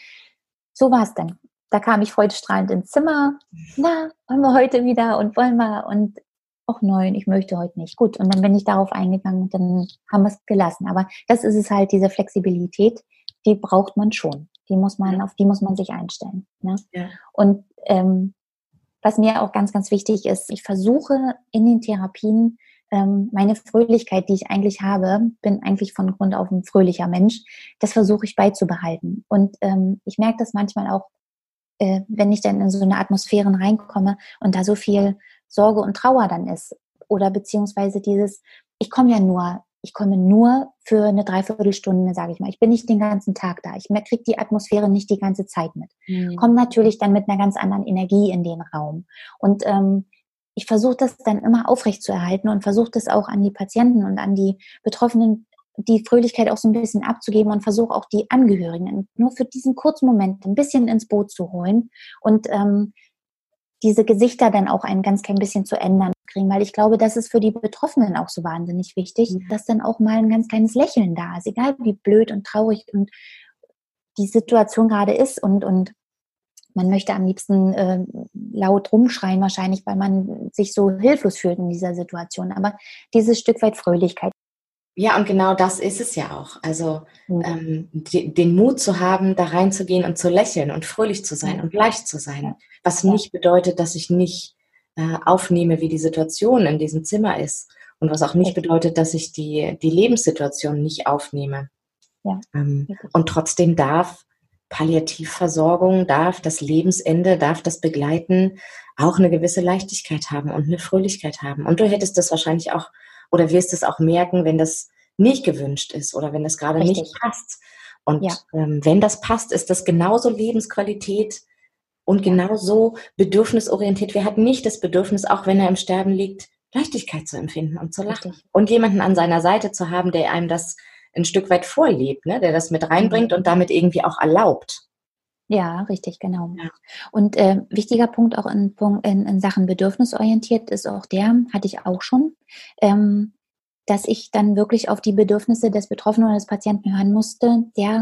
so war es dann. Da kam ich freudestrahlend ins Zimmer. Na, wollen wir heute wieder und wollen wir und ach nein, ich möchte heute nicht. Gut, und dann bin ich darauf eingegangen und dann haben wir es gelassen. Aber das ist es halt, diese Flexibilität, die braucht man schon. Die muss man, auf die muss man sich einstellen. Ne? Ja. Und ähm, was mir auch ganz, ganz wichtig ist, ich versuche in den Therapien ähm, meine Fröhlichkeit, die ich eigentlich habe, bin eigentlich von Grund auf ein fröhlicher Mensch, das versuche ich beizubehalten. Und ähm, ich merke das manchmal auch, äh, wenn ich dann in so eine Atmosphäre reinkomme und da so viel Sorge und Trauer dann ist. Oder beziehungsweise dieses, ich komme ja nur, ich komme nur für eine Dreiviertelstunde, sage ich mal. Ich bin nicht den ganzen Tag da. Ich kriege die Atmosphäre nicht die ganze Zeit mit. Mhm. Komme natürlich dann mit einer ganz anderen Energie in den Raum. Und ähm, ich versuche das dann immer aufrechtzuerhalten und versuche das auch an die Patienten und an die Betroffenen, die Fröhlichkeit auch so ein bisschen abzugeben und versuche auch die Angehörigen nur für diesen kurzen Moment ein bisschen ins Boot zu holen und ähm, diese Gesichter dann auch ein ganz klein bisschen zu ändern kriegen, weil ich glaube, das ist für die Betroffenen auch so wahnsinnig wichtig, mhm. dass dann auch mal ein ganz kleines Lächeln da ist, egal wie blöd und traurig und die Situation gerade ist und, und man möchte am liebsten äh, laut rumschreien wahrscheinlich, weil man sich so hilflos fühlt in dieser Situation, aber dieses Stück weit Fröhlichkeit. Ja, und genau das ist es ja auch. Also mhm. ähm, die, den Mut zu haben, da reinzugehen und zu lächeln und fröhlich zu sein ja. und leicht zu sein. Was ja. nicht bedeutet, dass ich nicht äh, aufnehme, wie die Situation in diesem Zimmer ist. Und was auch nicht okay. bedeutet, dass ich die, die Lebenssituation nicht aufnehme. Ja. Ähm, und trotzdem darf Palliativversorgung, darf das Lebensende, darf das Begleiten auch eine gewisse Leichtigkeit haben und eine Fröhlichkeit haben. Und du hättest das wahrscheinlich auch oder wirst es auch merken, wenn das nicht gewünscht ist oder wenn das gerade Richtig. nicht passt. Und Ja. ähm, wenn das passt, ist das genauso Lebensqualität und genauso bedürfnisorientiert. Wer hat nicht das Bedürfnis, auch wenn er im Sterben liegt, Leichtigkeit zu empfinden und zu lachen? Richtig. Und jemanden an seiner Seite zu haben, der einem das ein Stück weit vorlebt, ne? Der das mit reinbringt und damit irgendwie auch erlaubt. Ja, richtig, genau. Ja. Und äh, wichtiger Punkt auch in, in, in Sachen bedürfnisorientiert ist auch der, hatte ich auch schon, ähm, dass ich dann wirklich auf die Bedürfnisse des Betroffenen oder des Patienten hören musste, der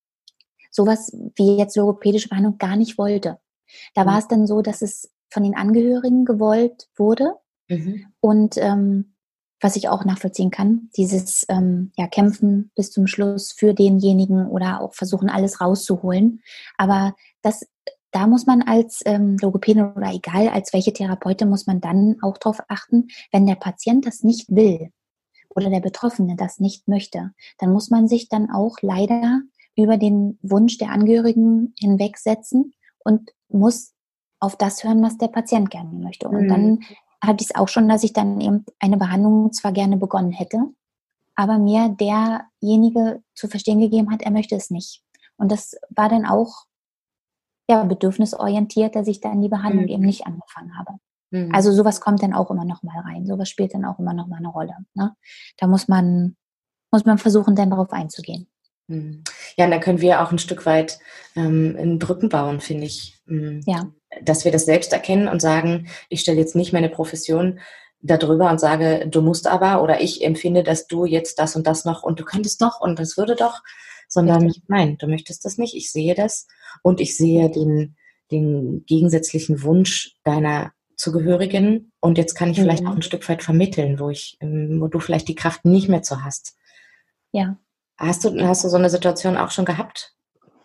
sowas wie jetzt logopädische Behandlung gar nicht wollte. Da Mhm. war es dann so, dass es von den Angehörigen gewollt wurde. Mhm. Und ähm, was ich auch nachvollziehen kann, dieses ähm, ja, Kämpfen bis zum Schluss für denjenigen oder auch versuchen, alles rauszuholen. Aber das, da muss man als ähm, Logopädin oder egal als welche Therapeutin, muss man dann auch darauf achten, wenn der Patient das nicht will oder der Betroffene das nicht möchte, dann muss man sich dann auch leider über den Wunsch der Angehörigen hinwegsetzen und muss auf das hören, was der Patient gerne möchte. Und Mhm. dann hatte ich es auch schon, dass ich dann eben eine Behandlung zwar gerne begonnen hätte, aber mir derjenige zu verstehen gegeben hat, er möchte es nicht. Und das war dann auch ja, bedürfnisorientiert, dass ich dann die Behandlung Mhm. eben nicht angefangen habe. Mhm. Also sowas kommt dann auch immer noch mal rein. Sowas spielt dann auch immer noch mal eine Rolle. Ne? Da muss man, muss man versuchen, dann darauf einzugehen. Ja, und da können wir auch ein Stück weit ähm, in Brücken bauen, finde ich. Ja. Dass wir das selbst erkennen und sagen, ich stelle jetzt nicht meine Profession darüber und sage, du musst aber, oder ich empfinde, dass du jetzt das und das noch und du könntest doch und das würde doch, sondern Richtig. nein, du möchtest das nicht. Ich sehe das und ich sehe den, den gegensätzlichen Wunsch deiner Zugehörigen und jetzt kann ich Mhm. vielleicht auch ein Stück weit vermitteln, wo ich, ähm, wo du vielleicht die Kraft nicht mehr zu hast. Ja. Hast du, hast du so eine Situation auch schon gehabt?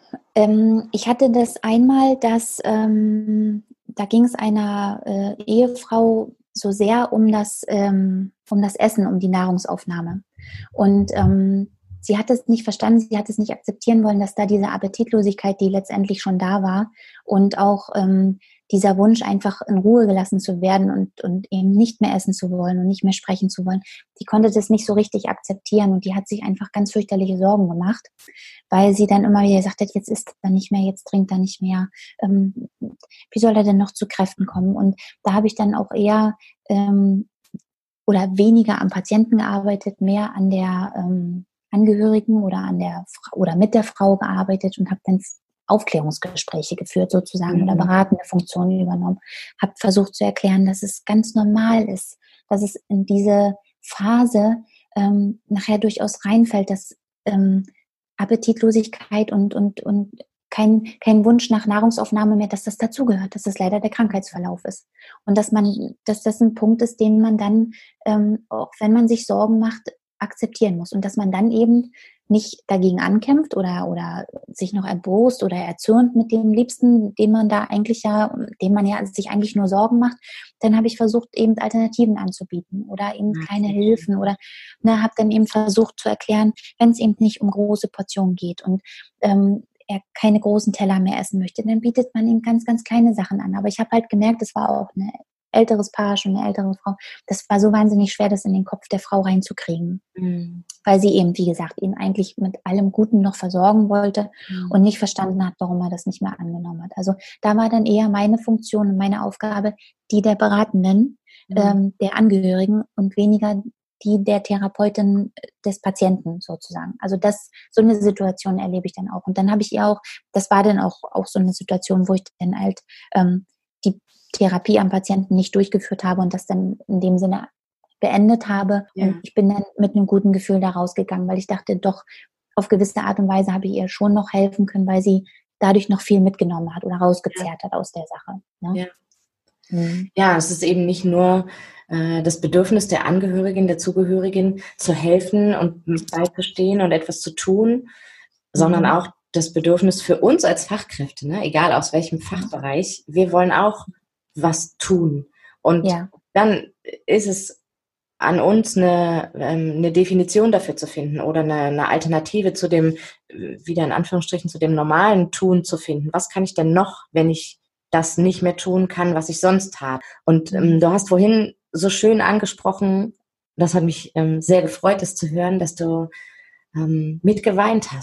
Ähm, ich hatte das einmal, dass ähm, da ging es einer äh, Ehefrau so sehr um das, ähm, um das Essen, um die Nahrungsaufnahme. Und ähm, sie hat es nicht verstanden, sie hat es nicht akzeptieren wollen, dass da diese Appetitlosigkeit, die letztendlich schon da war und auch ähm, dieser Wunsch, einfach in Ruhe gelassen zu werden und, und eben nicht mehr essen zu wollen und nicht mehr sprechen zu wollen, die konnte das nicht so richtig akzeptieren und die hat sich einfach ganz fürchterliche Sorgen gemacht, weil sie dann immer wieder gesagt hat, jetzt isst er nicht mehr, jetzt trinkt er nicht mehr, ähm, wie soll er denn noch zu Kräften kommen? Und da habe ich dann auch eher ähm, oder weniger am Patienten gearbeitet, mehr an der ähm, Angehörigen oder an der oder mit der Frau gearbeitet und habe dann Aufklärungsgespräche geführt sozusagen, mhm, oder beratende Funktionen übernommen, habe versucht zu erklären, dass es ganz normal ist, dass es in diese Phase ähm, nachher durchaus reinfällt, dass ähm, Appetitlosigkeit und und und kein kein Wunsch nach Nahrungsaufnahme mehr, dass das dazugehört, dass das leider der Krankheitsverlauf ist und dass man, dass das ein Punkt ist, den man dann ähm, auch wenn man sich Sorgen macht, akzeptieren muss und dass man dann eben nicht dagegen ankämpft oder, oder sich noch erbost oder erzürnt mit dem Liebsten, den man da eigentlich ja, dem man ja sich eigentlich nur Sorgen macht, dann habe ich versucht, eben Alternativen anzubieten oder eben Ja, kleine Hilfen oder ne, habe dann eben versucht zu erklären, wenn es eben nicht um große Portionen geht und ähm, er keine großen Teller mehr essen möchte, dann bietet man ihm ganz, ganz kleine Sachen an. Aber ich habe halt gemerkt, es war auch eine älteres Paar, schon eine ältere Frau, das war so wahnsinnig schwer, das in den Kopf der Frau reinzukriegen. Mhm. Weil sie eben, wie gesagt, ihn eigentlich mit allem Guten noch versorgen wollte, mhm, und nicht verstanden hat, warum er das nicht mehr angenommen hat. Also da war dann eher meine Funktion und meine Aufgabe, die der Beratenden, mhm, ähm, der Angehörigen und weniger die der Therapeutin des Patienten sozusagen. Also das, so eine Situation erlebe ich dann auch. Und dann habe ich ihr auch, das war dann auch, auch so eine Situation, wo ich dann halt ähm, die Therapie am Patienten nicht durchgeführt habe und das dann in dem Sinne beendet habe. Ja. Und ich bin dann mit einem guten Gefühl da rausgegangen, weil ich dachte, doch auf gewisse Art und Weise habe ich ihr schon noch helfen können, weil sie dadurch noch viel mitgenommen hat oder rausgezehrt, ja, hat aus der Sache. Ne? Ja. Mhm. Ja, es ist eben nicht nur äh, das Bedürfnis der Angehörigen, der Zugehörigen zu helfen und beizustehen und etwas zu tun, mhm, sondern auch das Bedürfnis für uns als Fachkräfte, ne? Egal aus welchem Fachbereich, wir wollen auch was tun. Und ja, dann ist es an uns, eine, eine Definition dafür zu finden oder eine, eine Alternative zu dem, wieder in Anführungsstrichen, zu dem normalen Tun zu finden. Was kann ich denn noch, wenn ich das nicht mehr tun kann, was ich sonst habe? Und ähm, du hast vorhin so schön angesprochen, das hat mich ähm, sehr gefreut, das zu hören, dass du ähm, mitgeweint hast.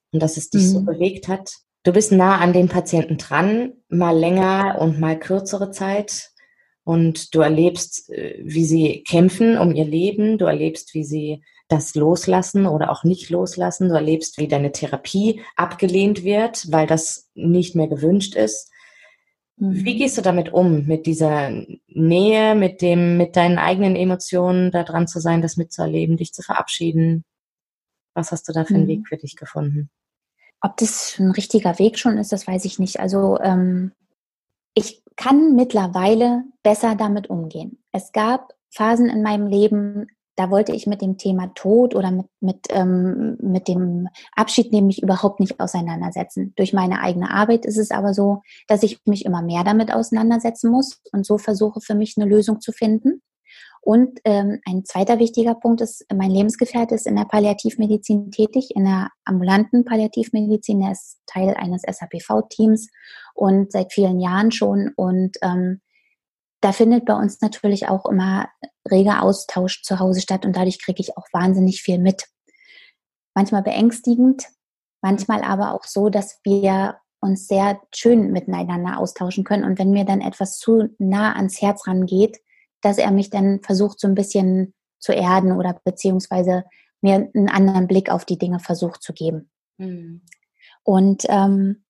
und dass es dich mhm. so bewegt hat. Du bist nah an den Patienten dran, mal länger und mal kürzere Zeit. Und du erlebst, wie sie kämpfen um ihr Leben. Du erlebst, wie sie das loslassen oder auch nicht loslassen. Du erlebst, wie deine Therapie abgelehnt wird, weil das nicht mehr gewünscht ist. Mhm. Wie gehst du damit um, mit dieser Nähe, mit dem, mit deinen eigenen Emotionen da dran zu sein, das mitzuerleben, dich zu verabschieden? Was hast du da für einen mhm. Weg für dich gefunden? Ob das ein richtiger Weg schon ist, das weiß ich nicht. Also ähm, ich kann mittlerweile besser damit umgehen. Es gab Phasen in meinem Leben, da wollte ich mit dem Thema Tod oder mit, mit, ähm, mit dem Abschied nehmen mich überhaupt nicht auseinandersetzen. Durch meine eigene Arbeit ist es aber so, dass ich mich immer mehr damit auseinandersetzen muss und so versuche für mich eine Lösung zu finden. Und ähm, ein zweiter wichtiger Punkt ist, mein Lebensgefährte ist in der Palliativmedizin tätig, in der ambulanten Palliativmedizin. Er ist Teil eines S H P V-Teams und seit vielen Jahren schon. Und ähm, da findet bei uns natürlich auch immer reger Austausch zu Hause statt und dadurch kriege ich auch wahnsinnig viel mit. Manchmal beängstigend, manchmal aber auch so, dass wir uns sehr schön miteinander austauschen können. Und wenn mir dann etwas zu nah ans Herz rangeht, dass er mich dann versucht, so ein bisschen zu erden oder beziehungsweise mir einen anderen Blick auf die Dinge versucht zu geben. Mhm. Und ähm,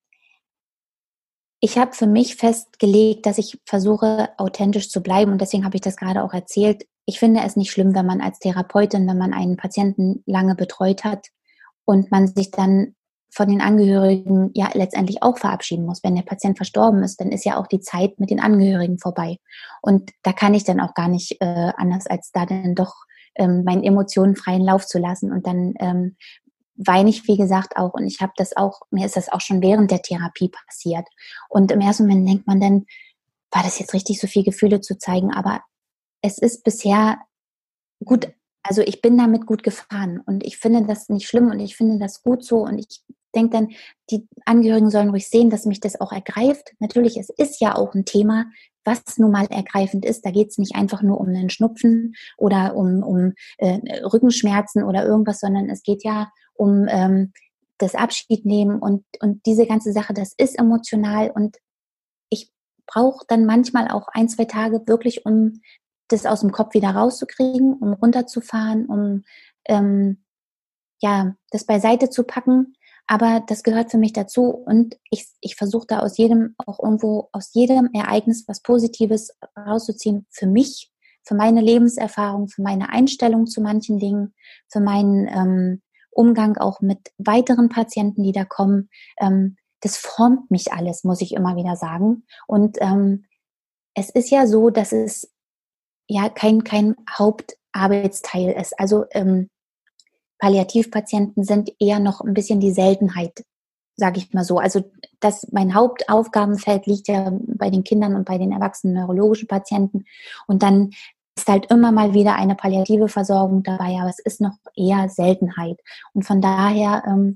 ich habe für mich festgelegt, dass ich versuche, authentisch zu bleiben. Und deswegen habe ich das gerade auch erzählt. Ich finde es nicht schlimm, wenn man als Therapeutin, wenn man einen Patienten lange betreut hat und man sich dann von den Angehörigen ja letztendlich auch verabschieden muss. Wenn der Patient verstorben ist, dann ist ja auch die Zeit mit den Angehörigen vorbei. Und da kann ich dann auch gar nicht äh, anders, als da dann doch ähm, meinen Emotionen freien Lauf zu lassen. Und dann ähm, weine ich, wie gesagt, auch. Und ich habe das auch, mir ist das auch schon während der Therapie passiert. Und im ersten Moment denkt man dann, war das jetzt richtig, so viel Gefühle zu zeigen? Aber es ist bisher gut. Also ich bin damit gut gefahren und ich finde das nicht schlimm und ich finde das gut so und ich denke dann, die Angehörigen sollen ruhig sehen, dass mich das auch ergreift. Natürlich, es ist ja auch ein Thema, was nun mal ergreifend ist. Da geht es nicht einfach nur um einen Schnupfen oder um, um äh, Rückenschmerzen oder irgendwas, sondern es geht ja um ähm, das Abschiednehmen und, und diese ganze Sache, das ist emotional und ich brauche dann manchmal auch ein, zwei Tage wirklich, um das aus dem Kopf wieder rauszukriegen, um runterzufahren, um ähm, ja das beiseite zu packen. Aber das gehört für mich dazu und ich, ich versuche da aus jedem, auch irgendwo aus jedem Ereignis was Positives rauszuziehen für mich, für meine Lebenserfahrung, für meine Einstellung zu manchen Dingen, für meinen ähm, Umgang auch mit weiteren Patienten, die da kommen. Ähm, das formt mich alles, muss ich immer wieder sagen. Und ähm, es ist ja so, dass es ja kein, kein Hauptarbeitsteil ist. Also ähm, Palliativpatienten sind eher noch ein bisschen die Seltenheit, sage ich mal so. Also das, mein Hauptaufgabenfeld liegt ja bei den Kindern und bei den erwachsenen neurologischen Patienten. Und dann ist halt immer mal wieder eine palliative Versorgung dabei, aber es ist noch eher Seltenheit. Und von daher ähm,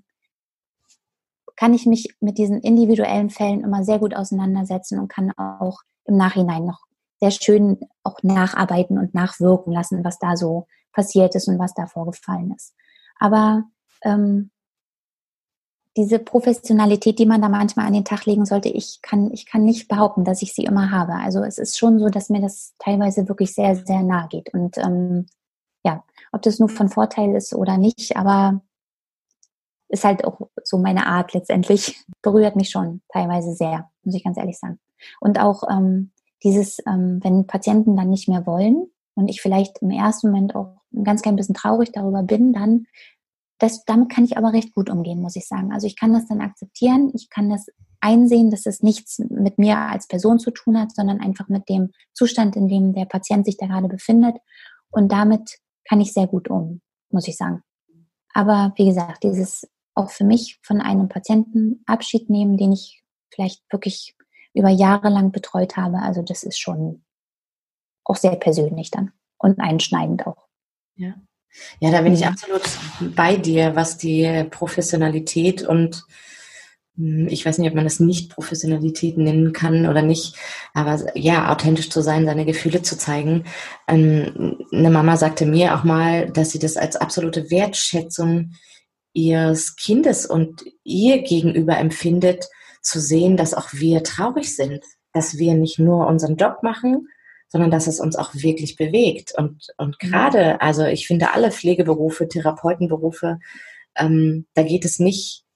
kann ich mich mit diesen individuellen Fällen immer sehr gut auseinandersetzen und kann auch im Nachhinein noch sehr schön auch nacharbeiten und nachwirken lassen, was da so passiert ist und was da vorgefallen ist. Aber ähm, diese Professionalität, die man da manchmal an den Tag legen sollte, ich kann, ich kann nicht behaupten, dass ich sie immer habe. Also es ist schon so, dass mir das teilweise wirklich sehr, sehr nahe geht. Und ähm, ja, ob das nur von Vorteil ist oder nicht, aber ist halt auch so meine Art letztendlich, berührt mich schon teilweise sehr, muss ich ganz ehrlich sagen. Und auch ähm, dieses, ähm, wenn Patienten dann nicht mehr wollen und ich vielleicht im ersten Moment auch ein ganz klein bisschen traurig darüber bin, dann, das, damit kann ich aber recht gut umgehen, muss ich sagen. Also ich kann das dann akzeptieren, ich kann das einsehen, dass es nichts mit mir als Person zu tun hat, sondern einfach mit dem Zustand, in dem der Patient sich da gerade befindet. Und damit kann ich sehr gut um, muss ich sagen. Aber wie gesagt, dieses auch für mich von einem Patienten Abschied nehmen, den ich vielleicht wirklich über Jahre lang betreut habe, also das ist schon auch sehr persönlich dann und einschneidend auch. Ja, ja, da bin ich absolut bei dir, was die Professionalität und ich weiß nicht, ob man das nicht Professionalität nennen kann oder nicht, aber ja, authentisch zu sein, seine Gefühle zu zeigen. Ähm, eine Mama sagte mir auch mal, dass sie das als absolute Wertschätzung ihres Kindes und ihr gegenüber empfindet, zu sehen, dass auch wir traurig sind, dass wir nicht nur unseren Job machen, sondern dass es uns auch wirklich bewegt. Und, und gerade, also ich finde alle Pflegeberufe, Therapeutenberufe, ähm, da geht es nicht,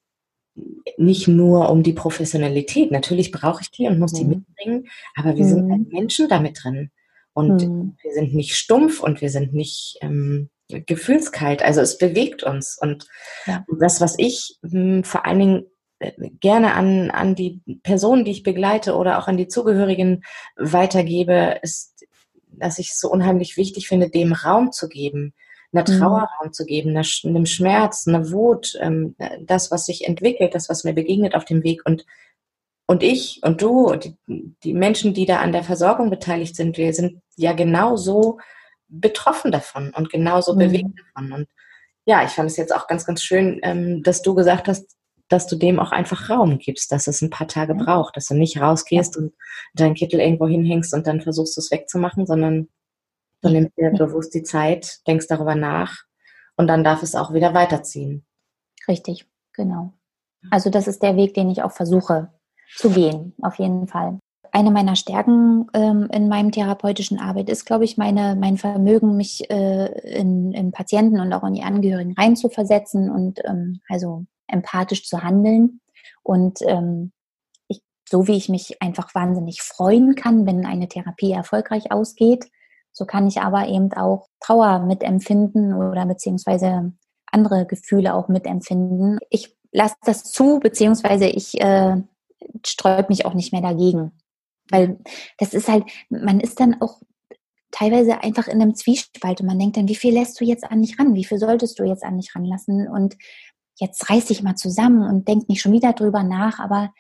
nicht nur um die Professionalität. Natürlich brauche ich die und muss die Mhm. mitbringen, aber wir Mhm. sind als Menschen damit drin. Und Mhm. wir sind nicht stumpf und wir sind nicht ähm, gefühlskalt. Also es bewegt uns. Und Ja. das, was ich mh, vor allen Dingen gerne an, an die Personen, die ich begleite oder auch an die Zugehörigen weitergebe, ist, dass ich es so unheimlich wichtig finde, dem Raum zu geben, einer Trauer Mhm. Raum zu geben, einer, einem Schmerz, einer Wut, ähm, das, was sich entwickelt, das, was mir begegnet auf dem Weg. Und, und ich und du, die, die Menschen, die da an der Versorgung beteiligt sind, wir sind ja genauso betroffen davon und genauso Mhm. bewegt davon. Und ja, ich fand es jetzt auch ganz, ganz schön, ähm, dass du gesagt hast, dass du dem auch einfach Raum gibst, dass es ein paar Tage Ja. braucht, dass du nicht rausgehst Ja. und deinen Kittel irgendwo hinhängst und dann versuchst du es wegzumachen, sondern du Nee. nimmst dir Nee. bewusst die Zeit, denkst darüber nach und dann darf es auch wieder weiterziehen. Richtig, genau. Also das ist der Weg, den ich auch versuche zu gehen, auf jeden Fall. Eine meiner Stärken ähm, in meinem therapeutischen Arbeit ist, glaube ich, meine, mein Vermögen, mich äh, in, in Patienten und auch in die Angehörigen reinzuversetzen und ähm, also empathisch zu handeln. Und ähm, ich, so wie ich mich einfach wahnsinnig freuen kann, wenn eine Therapie erfolgreich ausgeht, so kann ich aber eben auch Trauer mitempfinden oder beziehungsweise andere Gefühle auch mitempfinden. Ich lasse das zu, beziehungsweise ich äh, sträube mich auch nicht mehr dagegen. Weil das ist halt, man ist dann auch teilweise einfach in einem Zwiespalt und man denkt dann, wie viel lässt du jetzt an dich ran? Wie viel solltest du jetzt an dich ranlassen? Und jetzt reiß dich mal zusammen und denk nicht schon wieder drüber nach. Aber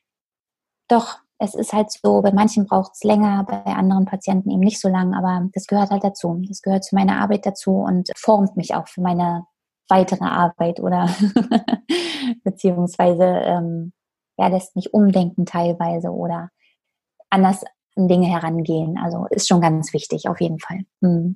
doch, es ist halt so, bei manchen braucht es länger, bei anderen Patienten eben nicht so lang. Aber das gehört halt dazu. Das gehört zu meiner Arbeit dazu und formt mich auch für meine weitere Arbeit oder beziehungsweise ähm, ja, lässt mich umdenken teilweise oder anders an Dinge herangehen. Also ist schon ganz wichtig, auf jeden Fall. Hm.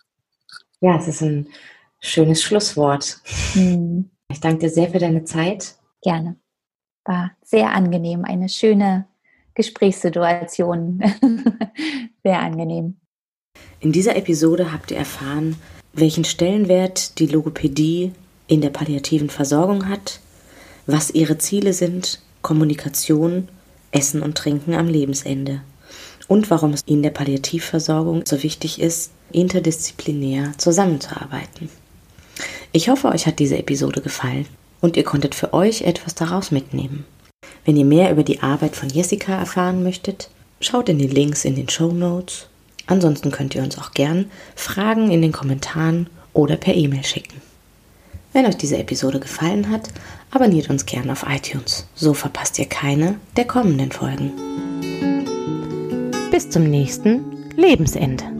Ja, es ist ein schönes Schlusswort. Hm. Ich danke dir sehr für deine Zeit. Gerne. War sehr angenehm. Eine schöne Gesprächssituation. Sehr angenehm. In dieser Episode habt ihr erfahren, welchen Stellenwert die Logopädie in der palliativen Versorgung hat, was ihre Ziele sind, Kommunikation, Essen und Trinken am Lebensende und warum es in der Palliativversorgung so wichtig ist, interdisziplinär zusammenzuarbeiten. Ich hoffe, euch hat diese Episode gefallen und ihr konntet für euch etwas daraus mitnehmen. Wenn ihr mehr über die Arbeit von Jessica erfahren möchtet, schaut in die Links in den Shownotes. Ansonsten könnt ihr uns auch gern Fragen in den Kommentaren oder per E-Mail schicken. Wenn euch diese Episode gefallen hat, abonniert uns gern auf iTunes. So verpasst ihr keine der kommenden Folgen. Bis zum nächsten Lebensende.